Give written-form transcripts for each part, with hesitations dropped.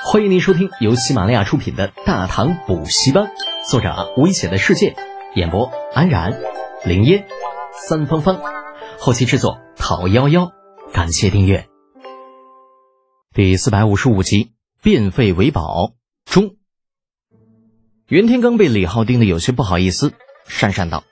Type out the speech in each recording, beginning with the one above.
欢迎您收听由喜马拉雅出品的《大唐补习班》，作者危险的世界，演播安然、林烟、三芳芳，后期制作陶夭夭。感谢订阅。第455集，变废为宝中。袁天罡被李浩盯得有些不好意思，讪讪道：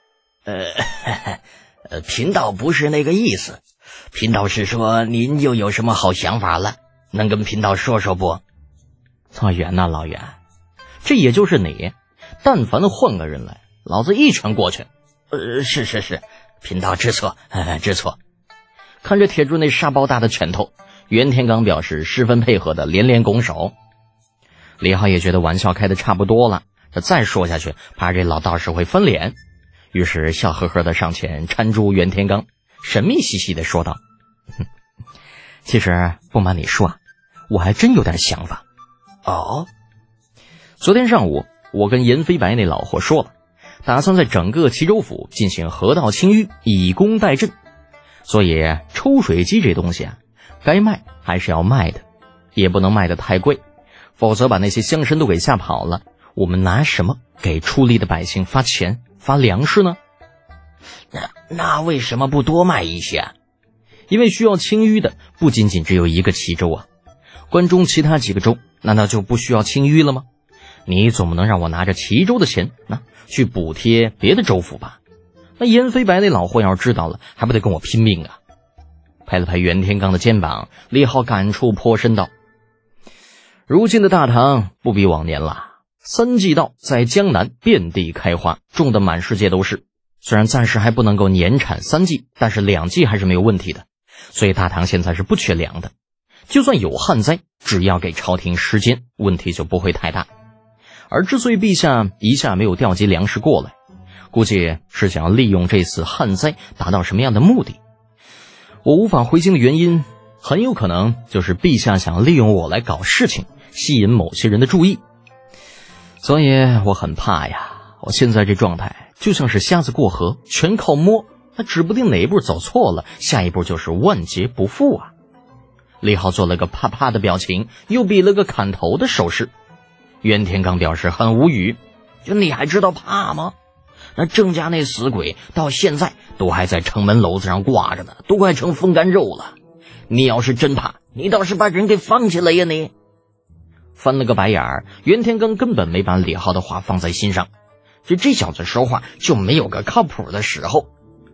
贫道不是那个意思，贫道是说您又有什么好想法了，能跟贫道说说不？ 操袁呐，老袁，这也就是你，但凡换个人来，老子一拳过去。 是，贫道知错，知错。 看着铁柱那沙包大的拳头，袁天罡表示十分配合的连连拱手。李浩也觉得玩笑开得差不多了，这再说下去怕这老道士会翻脸，于是笑呵呵的上前搀住袁天罡，神秘兮兮的说道：其实不瞒你说啊，我还真有点想法。 哦， 昨天上午我跟严飞白那老货说了，打算在整个齐州府进行河道清淤，以工代赈。所以抽水机这东西啊，该卖还是要卖的，也不能卖得太贵，否则把那些乡绅都给吓跑了，我们拿什么给出力的百姓发钱发粮食呢？ 那为什么不多卖一些？ 因为需要清淤的不仅仅只有一个齐州啊，关中其他几个州难道就不需要清淤了吗？你总不能让我拿着齐州的钱去补贴别的州府吧？那严飞白那老货要是知道了，还不得跟我拼命啊？拍了拍袁天罡的肩膀，李浩感触颇深道：如今的大唐不比往年了，三季稻在江南遍地开花，种得满世界都是。虽然暂时还不能够年产3季，但是2季还是没有问题的，所以大唐现在是不缺粮的。就算有旱灾，只要给朝廷时间，问题就不会太大。而之所以陛下一下没有调集粮食过来，估计是想要利用这次旱灾达到什么样的目的。我无法回京的原因，很有可能就是陛下想利用我来搞事情，吸引某些人的注意。所以我很怕呀，我现在这状态就像是瞎子过河，全靠摸，他指不定哪一步走错了，下一步就是万劫不复啊。李浩做了个怕怕的表情，又比了个砍头的手势。袁天罡表示很无语， 就你还知道怕吗？那郑家那死鬼到现在都还在城门楼子上挂着呢，都快成风干肉了。你要是真怕，你倒是把人给放起来呀你！ 翻了个白眼儿，袁天罡根本没把李浩的话放在心上，这小子说话就没有个靠谱的时候。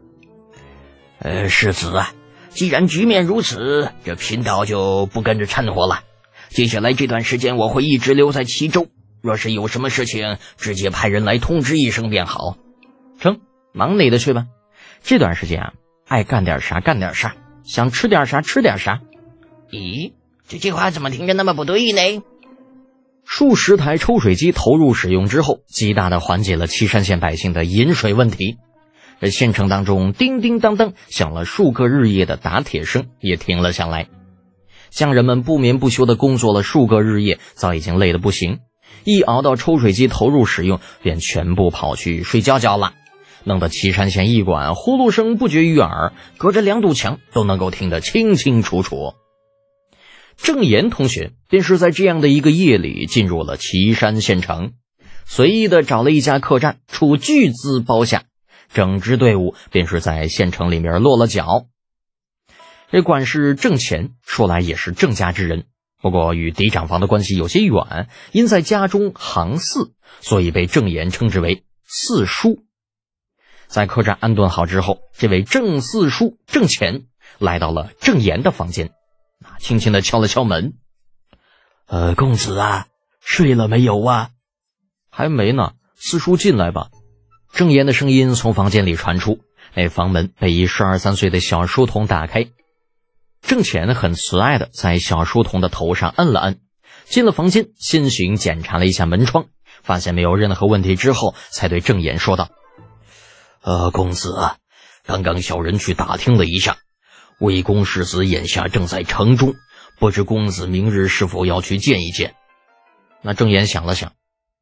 世子啊，既然局面如此，这贫道就不跟着掺和了。接下来这段时间我会一直留在齐州，若是有什么事情，直接派人来通知一声便好。 成，忙你的去吧。这段时间啊，爱干点啥干点啥，想吃点啥吃点啥。 咦，这句话怎么听着那么不对呢？ 数十台抽水机投入使用之后，极大地缓解了岐山县百姓的饮水问题。这县城当中叮叮当当响了数个日夜的打铁声也停了下来。乡人们不眠不休地工作了数个日夜，早已经累得不行，一熬到抽水机投入使用，便全部跑去睡觉觉了，弄得岐山县驿馆呼噜声不绝于耳，隔着2堵墙都能够听得清清楚楚。郑岩同学便是在这样的一个夜里进入了岐山县城，随意的找了一家客栈，出巨资包下，整支队伍便是在县城里面落了脚。这管事郑乾说来也是郑家之人，不过与嫡长房的关系有些远，因在家中行四，所以被郑岩称之为四叔。在客栈安顿好之后，这位郑四叔郑乾来到了郑岩的房间，轻轻地敲了敲门。 公子啊，睡了没有啊？ 还没呢，四叔进来吧。郑岩的声音从房间里传出，那房门被一12、13岁的小书童打开。郑乾很慈爱的在小书童的头上按了按，进了房间，先行检查了一下门窗，发现没有任何问题之后，才对郑岩说道： 公子啊，刚刚小人去打听了一下，魏公世子眼下正在城中，不知公子明日是否要去见一见？ 那郑岩想了想，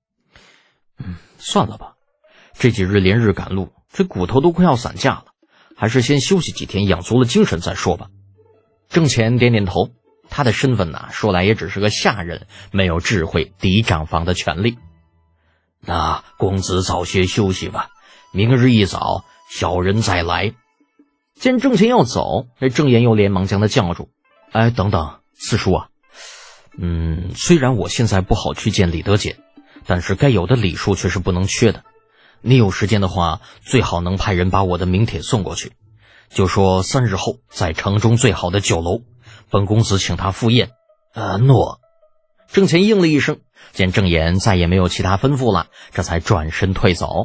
算了吧，这几日连日赶路，这骨头都快要散架了，还是先休息几天，养足了精神再说吧。郑乾点点头， 他的身份呢，说来也只是个下人，没有智慧抵长房的权利。 那公子早些休息吧，明日一早小人再来。 见郑钱要走，郑言又连忙将他叫住。哎，等等，四叔啊，虽然我现在不好去见李德简，但是该有的礼数却是不能缺的。你有时间的话，最好能派人把我的名帖送过去，就说3日后在城中最好的酒楼，本公子请他赴宴。 诺。 郑钱应了一声，见郑言再也没有其他吩咐了，这才转身退走。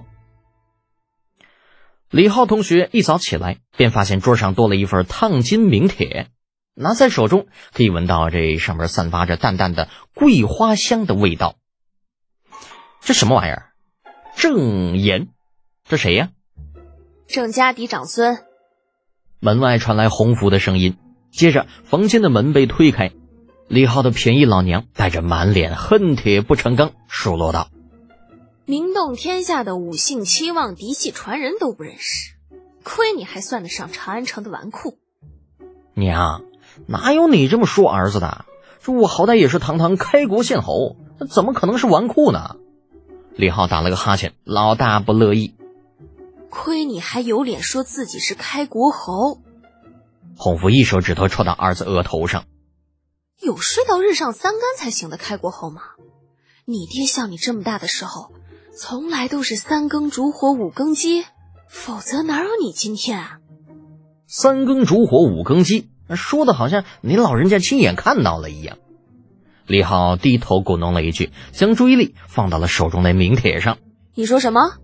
李浩同学一早起来，便发现桌上多了一份烫金名帖，拿在手中可以闻到这上面散发着淡淡的桂花香的味道。这什么玩意儿？郑言，这谁呀？ 郑家嫡长孙。 门外传来洪福的声音，接着房间的门被推开，李浩的便宜老娘带着满脸恨铁不成钢数落道： 名动天下的五姓七望嫡系传人都不认识，亏你还算得上长安城的纨绔。 娘，哪有你这么说儿子的？这我好歹也是堂堂开国县侯，怎么可能是纨绔呢？李浩打了个哈欠，老大不乐意。 亏你还有脸说自己是开国侯。 洪福一手指头戳到儿子额头上。 有睡到日上三竿才行的开国侯吗？你爹像你这么大的时候，从来都是3更烛火5更鸡，否则哪有你今天啊 ？3更烛火5更鸡，说的好像你老人家亲眼看到了一样。李浩低头咕哝了一句，将注意力放到了手中的名帖上。 你说什么？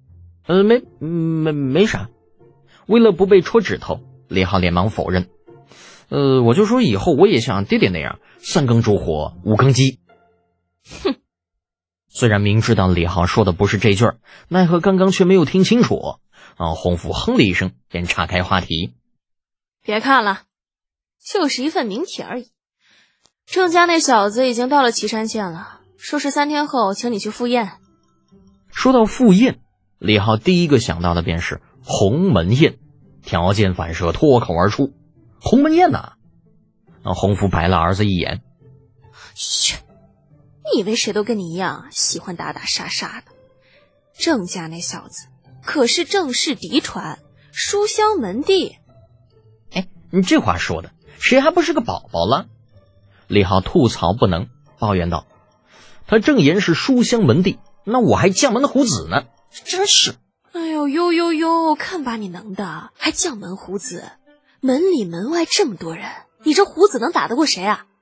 没啥。为了不被戳指头，李浩连忙否认。我就说以后我也像爹爹那样，3更烛火5更鸡。 哼！ 虽然明知道李浩说的不是这句儿，奈何刚刚却没有听清楚。洪福哼了一声，便岔开话题。 别看了，就是一份名帖而已。郑家那小子已经到了岐山县了，说是3天后请你去赴宴。 说到赴宴，李浩第一个想到的便是鸿门宴，条件反射脱口而出：鸿门宴呐！洪福白了儿子一眼。 嘘，你以为谁都跟你一样喜欢打打杀杀的？郑家那小子可是郑氏嫡传，书香门第。 哎，你这话说的，谁还不是个宝宝了？李浩吐槽不能，抱怨道：他郑言是书香门第，那我还将门虎子呢，真是。 哎呦，看把你能的，还将门虎子，门里门外这么多人，你这虎子能打得过谁啊？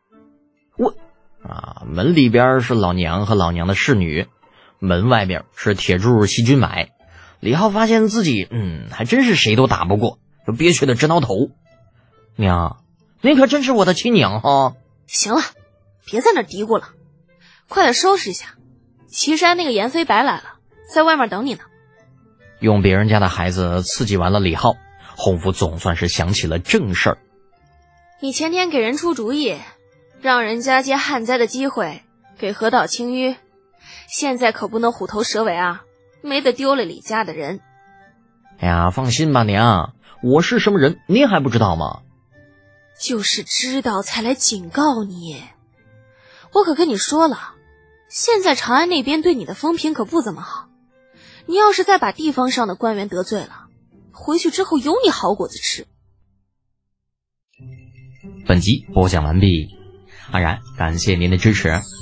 门里边是老娘和老娘的侍女，门外边是铁柱细菌买。李浩发现自己还真是谁都打不过，就憋屈的直挠头。娘，你可真是我的亲娘哈！ 行了，别在那嘀咕了，快点收拾一下。岐山那个严飞白来了，在外面等你呢。 用别人家的孩子刺激完了李浩，洪福总算是想起了正事儿。 你前天给人出主意，让人家借旱灾的机会给河道清淤，现在可不能虎头蛇尾啊，没得丢了李家的人。 哎呀，放心吧娘，我是什么人您还不知道吗？ 就是知道才来警告你。我可跟你说了，现在长安那边对你的风评可不怎么好，你要是再把地方上的官员得罪了，回去之后有你好果子吃。 本集播讲完毕，安然感谢您的支持。